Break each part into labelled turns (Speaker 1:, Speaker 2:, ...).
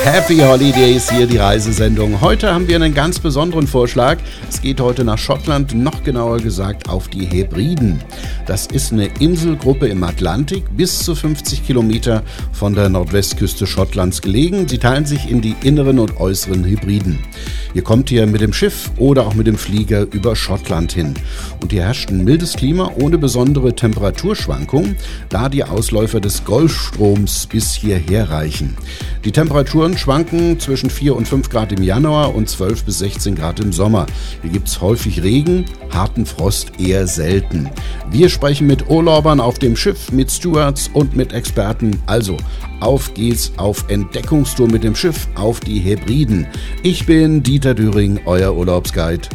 Speaker 1: Happy Holidays, hier die Reisesendung. Heute haben wir einen ganz besonderen Vorschlag. Es geht heute nach Schottland, noch genauer gesagt auf die Hebriden. Das ist eine Inselgruppe im Atlantik, bis zu 50 Kilometer von der Nordwestküste Schottlands gelegen. Sie teilen sich in die inneren und äußeren Hebriden. Ihr kommt hier mit dem Schiff oder auch mit dem Flieger über Schottland hin. Und hier herrscht ein mildes Klima ohne besondere Temperaturschwankungen, da die Ausläufer des Golfstroms bis hierher reichen. Die Temperaturen schwanken zwischen 4 und 5 Grad im Januar und 12 bis 16 Grad im Sommer. Hier gibt es häufig Regen, harten Frost eher selten. Wir sprechen mit Urlaubern auf dem Schiff, mit Stewards und mit Experten. Also, auf geht's auf Entdeckungstour mit dem Schiff auf die Hebriden. Ich bin Dieter Düring, euer Urlaubsguide.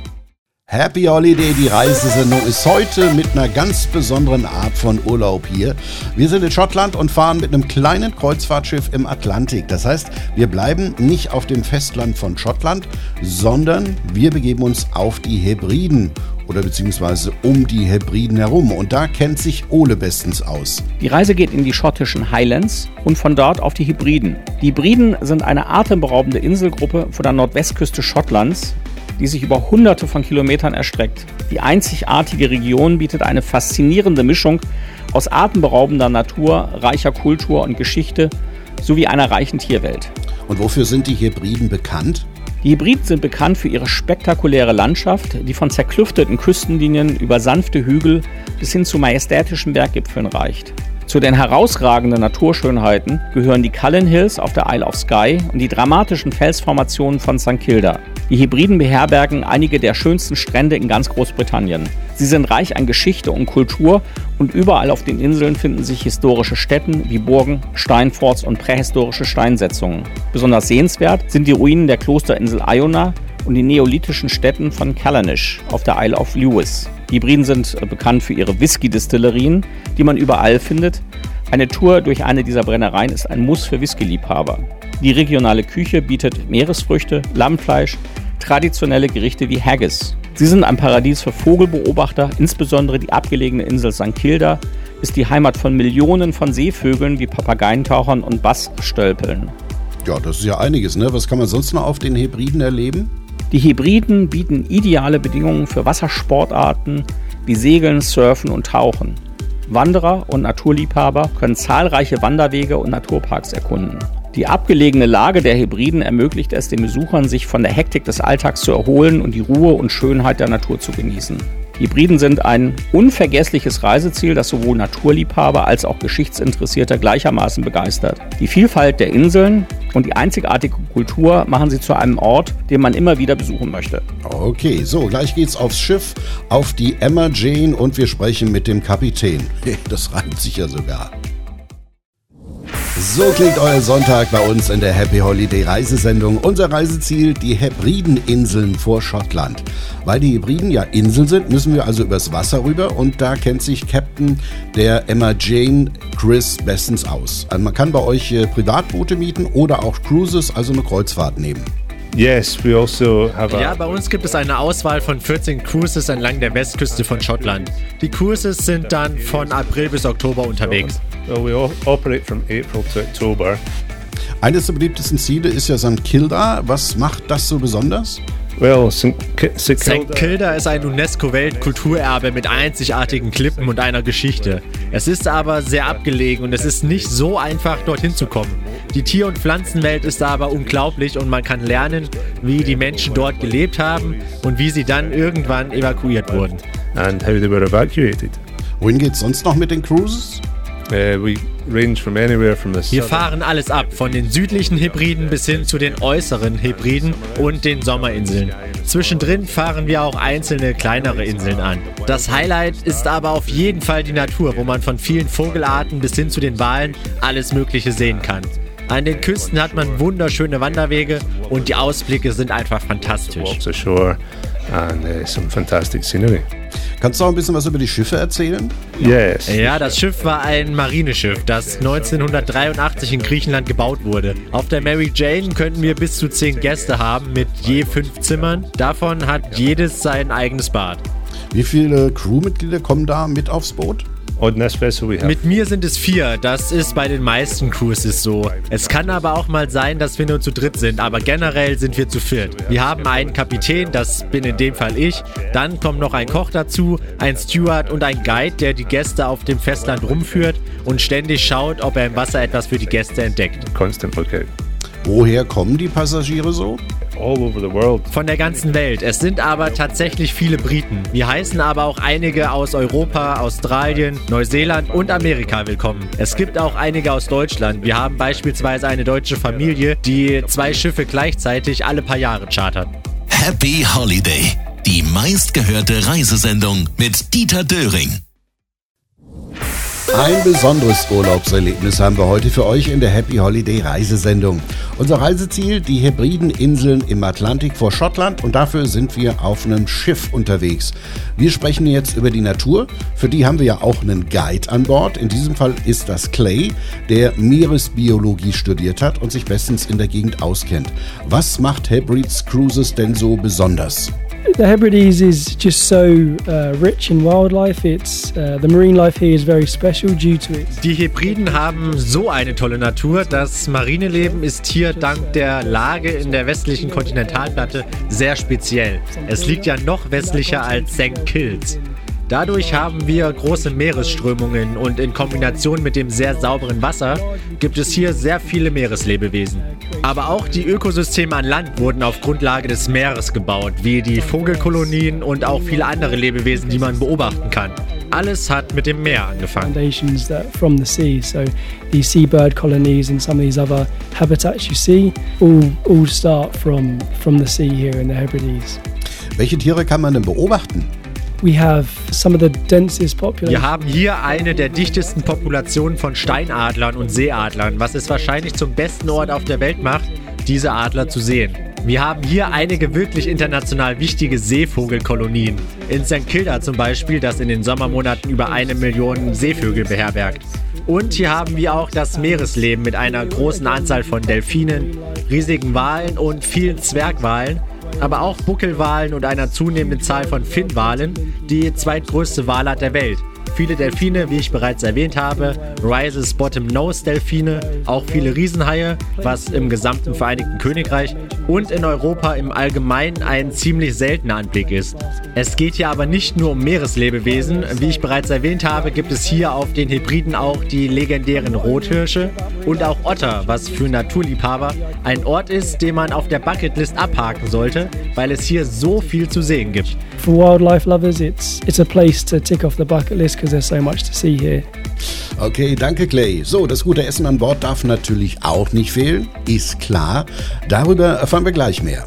Speaker 1: Happy Holiday, die Reisesendung ist heute mit einer ganz besonderen Art von Urlaub hier. Wir sind in Schottland und fahren mit einem kleinen Kreuzfahrtschiff im Atlantik. Das heißt, wir bleiben nicht auf dem Festland von Schottland, sondern wir begeben uns auf die Hebriden oder beziehungsweise um die Hebriden herum. Und da kennt sich Ole bestens aus.
Speaker 2: Die Reise geht in die schottischen Highlands und von dort auf die Hebriden. Die Hebriden sind eine atemberaubende Inselgruppe von der Nordwestküste Schottlands, die sich über hunderte von Kilometern erstreckt. Die einzigartige Region bietet eine faszinierende Mischung aus atemberaubender Natur, reicher Kultur und Geschichte sowie einer reichen Tierwelt.
Speaker 1: Und wofür sind die Hebriden bekannt?
Speaker 2: Die Hebriden sind bekannt für ihre spektakuläre Landschaft, die von zerklüfteten Küstenlinien über sanfte Hügel bis hin zu majestätischen Berggipfeln reicht. Zu den herausragenden Naturschönheiten gehören die Cullen Hills auf der Isle of Skye und die dramatischen Felsformationen von St. Kilda. Die Hebriden beherbergen einige der schönsten Strände in ganz Großbritannien. Sie sind reich an Geschichte und Kultur und überall auf den Inseln finden sich historische Stätten wie Burgen, Steinforts und prähistorische Steinsetzungen. Besonders sehenswert sind die Ruinen der Klosterinsel Iona und die neolithischen Stätten von Callanish auf der Isle of Lewis. Die Hebriden sind bekannt für ihre Whisky-Destillerien, die man überall findet. Eine Tour durch eine dieser Brennereien ist ein Muss für Whisky-Liebhaber. Die regionale Küche bietet Meeresfrüchte, Lammfleisch, traditionelle Gerichte wie Haggis. Sie sind ein Paradies für Vogelbeobachter, insbesondere die abgelegene Insel St. Kilda ist die Heimat von Millionen von Seevögeln wie Papageientauchern und Bassstölpeln.
Speaker 1: Ja, das ist ja einiges, ne? Was kann man sonst noch auf den Hebriden erleben?
Speaker 2: Die Hebriden bieten ideale Bedingungen für Wassersportarten wie Segeln, Surfen und Tauchen. Wanderer und Naturliebhaber können zahlreiche Wanderwege und Naturparks erkunden. Die abgelegene Lage der Hebriden ermöglicht es den Besuchern, sich von der Hektik des Alltags zu erholen und die Ruhe und Schönheit der Natur zu genießen. Die Hebriden sind ein unvergessliches Reiseziel, das sowohl Naturliebhaber als auch Geschichtsinteressierte gleichermaßen begeistert. Die Vielfalt der Inseln und die einzigartige Kultur machen sie zu einem Ort, den man immer wieder besuchen möchte.
Speaker 1: Okay, so, gleich geht's aufs Schiff, auf die Emma Jane und wir sprechen mit dem Kapitän. Das reimt sich ja sogar. So klingt euer Sonntag bei uns in der Happy Holiday Reisesendung. Unser Reiseziel, die Hebrideninseln vor Schottland. Weil die Hebriden ja Inseln sind, müssen wir also übers Wasser rüber und da kennt sich Captain der Emma Jane Chris bestens aus. Also man kann bei euch Privatboote mieten oder auch Cruises, also eine Kreuzfahrt nehmen.
Speaker 3: Yes, we also have
Speaker 4: Ja, bei uns gibt es eine Auswahl von 14 Cruises entlang der Westküste von Schottland. Die Cruises sind dann von April bis Oktober unterwegs.
Speaker 3: Well, we operate from April to October.
Speaker 1: Eines der beliebtesten Ziele ist ja St. Kilda. Was macht das so besonders?
Speaker 3: Well, St.
Speaker 4: Kilda ist ein UNESCO-Weltkulturerbe mit einzigartigen Klippen und einer Geschichte. Es ist aber sehr abgelegen und es ist nicht so einfach, dorthin zu kommen. Die Tier- und Pflanzenwelt ist aber unglaublich und man kann lernen, wie die Menschen dort gelebt haben und wie sie dann irgendwann evakuiert wurden.
Speaker 3: And how they were evacuated.
Speaker 1: Wohin geht's sonst noch mit den Cruises?
Speaker 3: We range from anywhere from the
Speaker 4: Wir fahren alles ab, von den südlichen Hebriden bis hin zu den äußeren Hebriden und den Sommerinseln. Zwischendrin fahren wir auch einzelne kleinere Inseln an. Das Highlight ist aber auf jeden Fall die Natur, wo man von vielen Vogelarten bis hin zu den Walen alles Mögliche sehen kann. An den Küsten hat man wunderschöne Wanderwege und die Ausblicke sind einfach fantastisch.
Speaker 3: walks ashore and some fantastic scenery.
Speaker 1: Kannst du auch ein bisschen was über die Schiffe erzählen?
Speaker 3: Yes.
Speaker 4: Ja, das Schiff war ein Marineschiff, das 1983 in Griechenland gebaut wurde. Auf der Mary Jane könnten wir bis zu 10 Gäste haben mit je 5 Zimmern. Davon hat jedes sein eigenes Bad.
Speaker 1: Wie viele Crewmitglieder kommen da mit aufs Boot?
Speaker 3: On this vessel we have
Speaker 4: Mit mir sind es 4, das ist bei den meisten Cruises so. Es kann aber auch mal sein, dass wir nur zu dritt sind, aber generell sind wir zu viert. Wir haben einen Kapitän, das bin in dem Fall ich, dann kommt noch ein Koch dazu, ein Steward und ein Guide, der die Gäste auf dem Festland rumführt und ständig schaut, ob er im Wasser etwas für die Gäste entdeckt.
Speaker 3: constant lookout.
Speaker 1: Woher kommen die Passagiere so?
Speaker 3: All over the world.
Speaker 4: Von der ganzen Welt. Es sind aber tatsächlich viele Briten. Wir heißen aber auch einige aus Europa, Australien, Neuseeland und Amerika willkommen. Es gibt auch einige aus Deutschland. Wir haben beispielsweise eine deutsche Familie, die 2 Schiffe gleichzeitig alle paar Jahre chartert.
Speaker 5: Happy Holiday, die meistgehörte Reisesendung mit Dieter Döring.
Speaker 1: Ein besonderes Urlaubserlebnis haben wir heute für euch in der Happy Holiday Reisesendung. Unser Reiseziel, die Hebrideninseln im Atlantik vor Schottland, und dafür sind wir auf einem Schiff unterwegs. Wir sprechen jetzt über die Natur, für die haben wir ja auch einen Guide an Bord. In diesem Fall ist das Clay, der Meeresbiologie studiert hat und sich bestens in der Gegend auskennt. Was macht Hebrides Cruises denn so besonders?
Speaker 6: The Hebrides is just so rich in wildlife. The marine life here is very special due to it.
Speaker 4: Die Hebriden haben so eine tolle Natur. Das Marineleben ist hier dank der Lage in der westlichen Kontinentalplatte sehr speziell. Es liegt ja noch westlicher als St. Kitts. Dadurch haben wir große Meeresströmungen und in Kombination mit dem sehr sauberen Wasser gibt es hier sehr viele Meereslebewesen. Aber auch die Ökosysteme an Land wurden auf Grundlage des Meeres gebaut, wie die Vogelkolonien und auch viele andere Lebewesen, die man beobachten kann. Alles hat mit dem Meer angefangen.
Speaker 6: Foundations that from the sea, so these seabird colonies and some of these other habitats you see all start from the sea here in the Hebrides.
Speaker 1: Welche Tiere kann man denn beobachten?
Speaker 6: We have some of the densest populations.
Speaker 4: Wir haben hier eine der dichtesten Populationen von Steinadlern und Seeadlern, was es wahrscheinlich zum besten Ort auf der Welt macht, diese Adler zu sehen. Wir haben hier einige wirklich international wichtige Seevogelkolonien. In St. Kilda zum Beispiel, das in den Sommermonaten über 1 Million Seevögel beherbergt. Und hier haben wir auch das Meeresleben mit einer großen Anzahl von Delfinen, riesigen Walen und vielen Zwergwalen, aber auch Buckelwalen und einer zunehmenden Zahl von Finnwalen, die zweitgrößte Walart der Welt. Viele Delfine, wie ich bereits erwähnt habe, Rice's Bottom-Nose-Delfine, auch viele Riesenhaie, was im gesamten Vereinigten Königreich und in Europa im Allgemeinen ein ziemlich seltener Anblick ist. Es geht hier aber nicht nur um Meereslebewesen. Wie ich bereits erwähnt habe, gibt es hier auf den Hebriden auch die legendären Rothirsche und auch Otter, was für Naturliebhaber ein Ort ist, den man auf der Bucketlist abhaken sollte, weil es hier so viel zu sehen gibt.
Speaker 6: For wildlife lovers, it's a place to tick off the bucket list because there's so much to see here.
Speaker 1: Okay, danke Clay. So, das gute Essen an Bord darf natürlich auch nicht fehlen, ist klar. Darüber erfahren wir gleich mehr.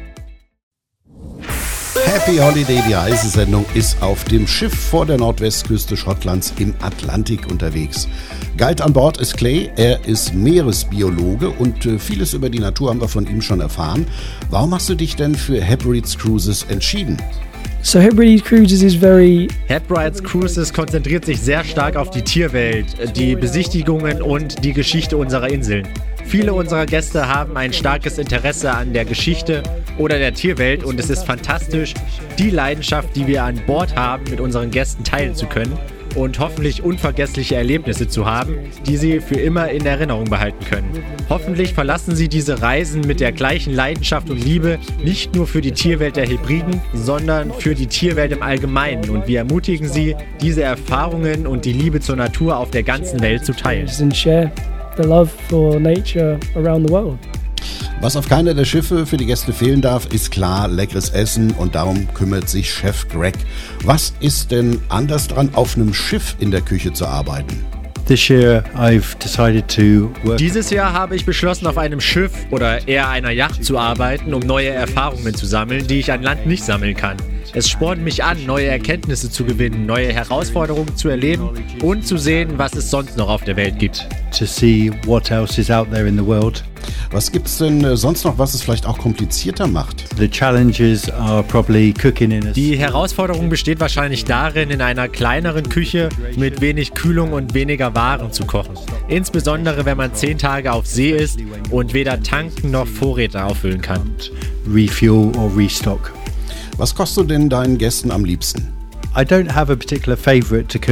Speaker 1: Happy Holiday, die Reisesendung, ist auf dem Schiff vor der Nordwestküste Schottlands im Atlantik unterwegs. Guide an Bord ist Clay, er ist Meeresbiologe und vieles über die Natur haben wir von ihm schon erfahren. Warum hast du dich denn für Hebrides Cruises entschieden?
Speaker 6: So Hebrides Cruises is very...
Speaker 4: Hebrides Cruises konzentriert sich sehr stark auf die Tierwelt, die Besichtigungen und die Geschichte unserer Inseln. Viele unserer Gäste haben ein starkes Interesse an der Geschichte oder der Tierwelt und es ist fantastisch, die Leidenschaft, die wir an Bord haben, mit unseren Gästen teilen zu können und hoffentlich unvergessliche Erlebnisse zu haben, die sie für immer in Erinnerung behalten können. Hoffentlich verlassen sie diese Reisen mit der gleichen Leidenschaft und Liebe, nicht nur für die Tierwelt der Hebriden, sondern für die Tierwelt im Allgemeinen. Und wir ermutigen sie, diese Erfahrungen und die Liebe zur Natur auf der ganzen Welt zu teilen.
Speaker 6: And share the love for nature around the world.
Speaker 1: Was auf keiner der Schiffe für die Gäste fehlen darf, ist klar leckeres Essen und darum kümmert sich Chef Greg. Was ist denn anders dran, auf einem Schiff in der Küche zu arbeiten?
Speaker 7: This year I've decided to work.
Speaker 4: Dieses Jahr habe ich beschlossen, auf einem Schiff oder eher einer Yacht zu arbeiten, um neue Erfahrungen zu sammeln, die ich an Land nicht sammeln kann. Es spornt mich an, neue Erkenntnisse zu gewinnen, neue Herausforderungen zu erleben und zu sehen, was es sonst noch auf der Welt gibt.
Speaker 7: To see what else is out there in the world.
Speaker 1: Was gibt's denn sonst noch, was es vielleicht auch komplizierter macht?
Speaker 7: The challenges are probably cooking in a...
Speaker 4: Die Herausforderung besteht wahrscheinlich darin, in einer kleineren Küche mit wenig Kühlung und weniger Waren zu kochen. Insbesondere, wenn man 10 Tage auf See ist und weder tanken noch Vorräte auffüllen kann.
Speaker 7: Refuel or restock.
Speaker 1: Was kochst du denn deinen Gästen am liebsten?
Speaker 7: I don't have a particular favorite to cook.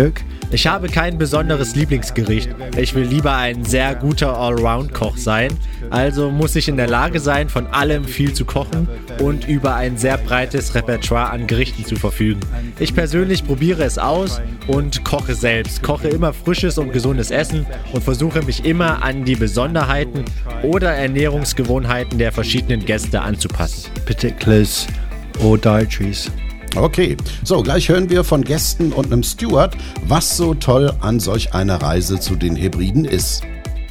Speaker 4: Ich habe kein besonderes Lieblingsgericht. Ich will lieber ein sehr guter Allround-Koch sein. Also muss ich in der Lage sein, von allem viel zu kochen und über ein sehr breites Repertoire an Gerichten zu verfügen. Ich persönlich probiere es aus und koche selbst. Koche immer frisches und gesundes Essen und versuche mich immer an die Besonderheiten oder Ernährungsgewohnheiten der verschiedenen Gäste anzupassen.
Speaker 7: Particulars or dietaries.
Speaker 1: Okay, so gleich hören wir von Gästen und einem Steward, was so toll an solch einer Reise zu den Hebriden ist.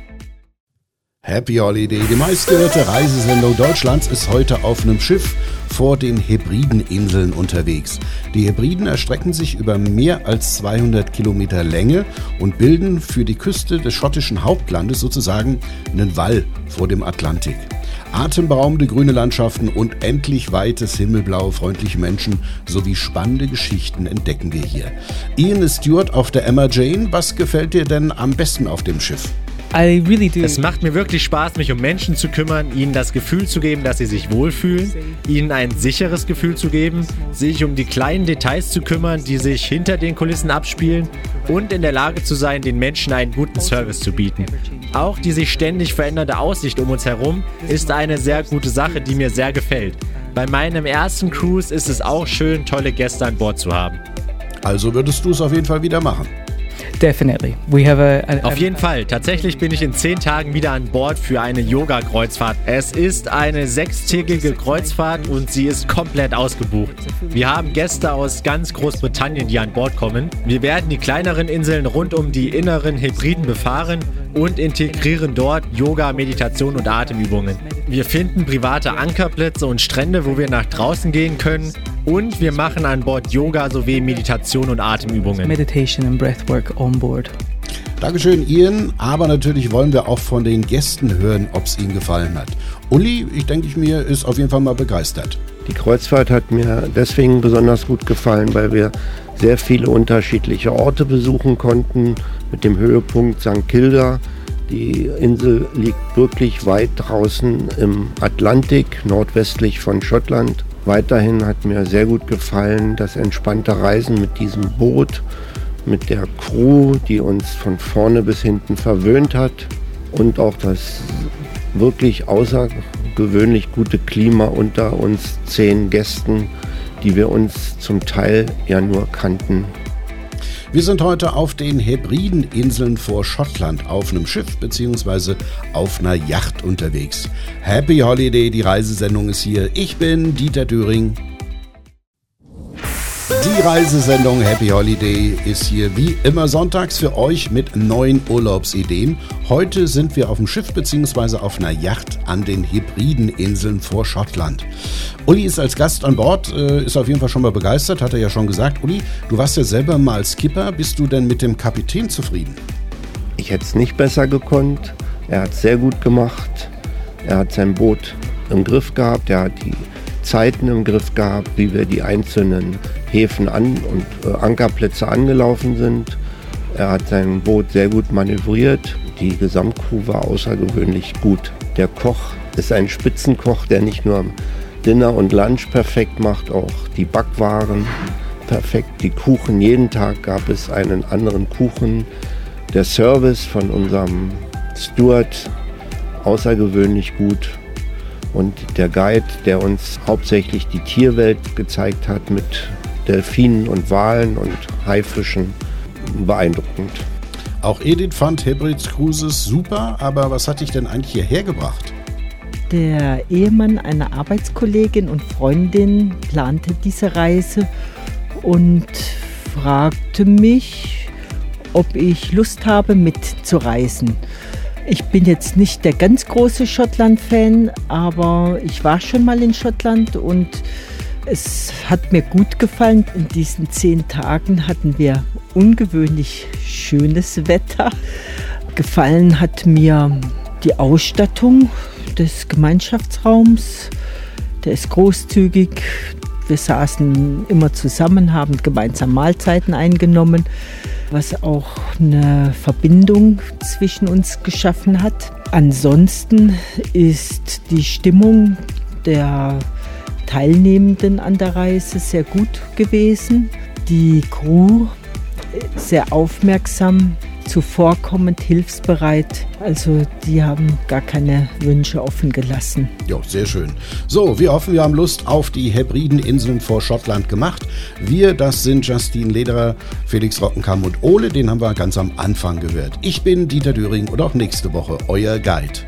Speaker 1: Happy Holiday, die meistgehörte Reisesendung Deutschlands, ist heute auf einem Schiff vor den Hebrideninseln unterwegs. Die Hebriden erstrecken sich über mehr als 200 Kilometer Länge und bilden für die Küste des schottischen Hauptlandes sozusagen einen Wall vor dem Atlantik. Atemberaubende grüne Landschaften und endlich weites Himmelblau, freundliche Menschen sowie spannende Geschichten entdecken wir hier. Ian ist Steward auf der Emma Jane. Was gefällt dir denn am besten auf dem Schiff?
Speaker 6: I really do.
Speaker 4: Es macht mir wirklich Spaß, mich um Menschen zu kümmern, ihnen das Gefühl zu geben, dass sie sich wohlfühlen, ihnen ein sicheres Gefühl zu geben, sich um die kleinen Details zu kümmern, die sich hinter den Kulissen abspielen und in der Lage zu sein, den Menschen einen guten Service zu bieten. Auch die sich ständig verändernde Aussicht um uns herum ist eine sehr gute Sache, die mir sehr gefällt. Bei meinem ersten Cruise ist es auch schön, tolle Gäste an Bord zu haben.
Speaker 1: Also würdest du es auf jeden Fall wieder machen?
Speaker 6: Definitely. We have
Speaker 4: Auf jeden Fall. Tatsächlich bin ich in 10 Tagen wieder an Bord für eine Yoga-Kreuzfahrt. Es ist eine 6-tägige Kreuzfahrt und sie ist komplett ausgebucht. Wir haben Gäste aus ganz Großbritannien, die an Bord kommen. Wir werden die kleineren Inseln rund um die inneren Hebriden befahren und integrieren dort Yoga, Meditation und Atemübungen. Wir finden private Ankerplätze und Strände, wo wir nach draußen gehen können. Und wir machen an Bord Yoga sowie Meditation und Atemübungen.
Speaker 6: meditation and breathwork on board.
Speaker 1: Dankeschön, Ian. Aber natürlich wollen wir auch von den Gästen hören, ob es ihnen gefallen hat. Uli, ich denke mir, ist auf jeden Fall mal begeistert.
Speaker 8: Die Kreuzfahrt hat mir deswegen besonders gut gefallen, weil wir sehr viele unterschiedliche Orte besuchen konnten. Mit dem Höhepunkt St. Kilda. Die Insel liegt wirklich weit draußen im Atlantik, nordwestlich von Schottland. Weiterhin hat mir sehr gut gefallen das entspannte Reisen mit diesem Boot, mit der Crew, die uns von vorne bis hinten verwöhnt hat und auch das wirklich außergewöhnlich gute Klima unter uns 10 Gästen, die wir uns zum Teil ja nur kannten.
Speaker 1: Wir sind heute auf den Hebrideninseln vor Schottland auf einem Schiff bzw. auf einer Yacht unterwegs. Happy Holiday, die Reisesendung ist hier. Ich bin Dieter Döring. Die Reisesendung Happy Holiday ist hier wie immer sonntags für euch mit neuen Urlaubsideen. Heute sind wir auf dem Schiff bzw. auf einer Yacht an den Hebrideninseln vor Schottland. Uli ist als Gast an Bord, ist auf jeden Fall schon mal begeistert, hat er ja schon gesagt. Uli, du warst ja selber mal Skipper. Bist du denn mit dem Kapitän zufrieden?
Speaker 8: Ich hätte es nicht besser gekonnt. Er hat es sehr gut gemacht. Er hat sein Boot im Griff gehabt. Er hat die Zeiten im Griff gehabt, wie wir die einzelnen Häfen und Ankerplätze angelaufen sind. Er hat sein Boot sehr gut manövriert. Die Gesamtcrew war außergewöhnlich gut. Der Koch ist ein Spitzenkoch, der nicht nur Dinner und Lunch perfekt macht, auch die Backwaren perfekt. Die Kuchen, jeden Tag gab es einen anderen Kuchen. Der Service von unserem Steward außergewöhnlich gut. Und der Guide, der uns hauptsächlich die Tierwelt gezeigt hat mit Delfinen und Walen und Haifischen, beeindruckend.
Speaker 1: Auch Edith fand Hebrides Cruises super, aber was hat dich denn eigentlich hierher gebracht?
Speaker 9: Der Ehemann einer Arbeitskollegin und Freundin plante diese Reise und fragte mich, ob ich Lust habe, mitzureisen. Ich bin jetzt nicht der ganz große Schottland-Fan, aber ich war schon mal in Schottland und es hat mir gut gefallen. In diesen 10 Tagen hatten wir ungewöhnlich schönes Wetter. Gefallen hat mir die Ausstattung des Gemeinschaftsraums. Der ist großzügig. Wir saßen immer zusammen, haben gemeinsam Mahlzeiten eingenommen, was auch eine Verbindung zwischen uns geschaffen hat. Ansonsten ist die Stimmung der Teilnehmenden an der Reise sehr gut gewesen. Die Crew sehr aufmerksam, zuvorkommend, hilfsbereit. Also die haben gar keine Wünsche offen gelassen.
Speaker 1: Ja, sehr schön. So, wir hoffen, wir haben Lust auf die Hebrideninseln vor Schottland gemacht. Wir, das sind Justine Lederer, Felix Rockenkamp und Ole, den haben wir ganz am Anfang gehört. Ich bin Dieter Döring und auch nächste Woche euer Guide.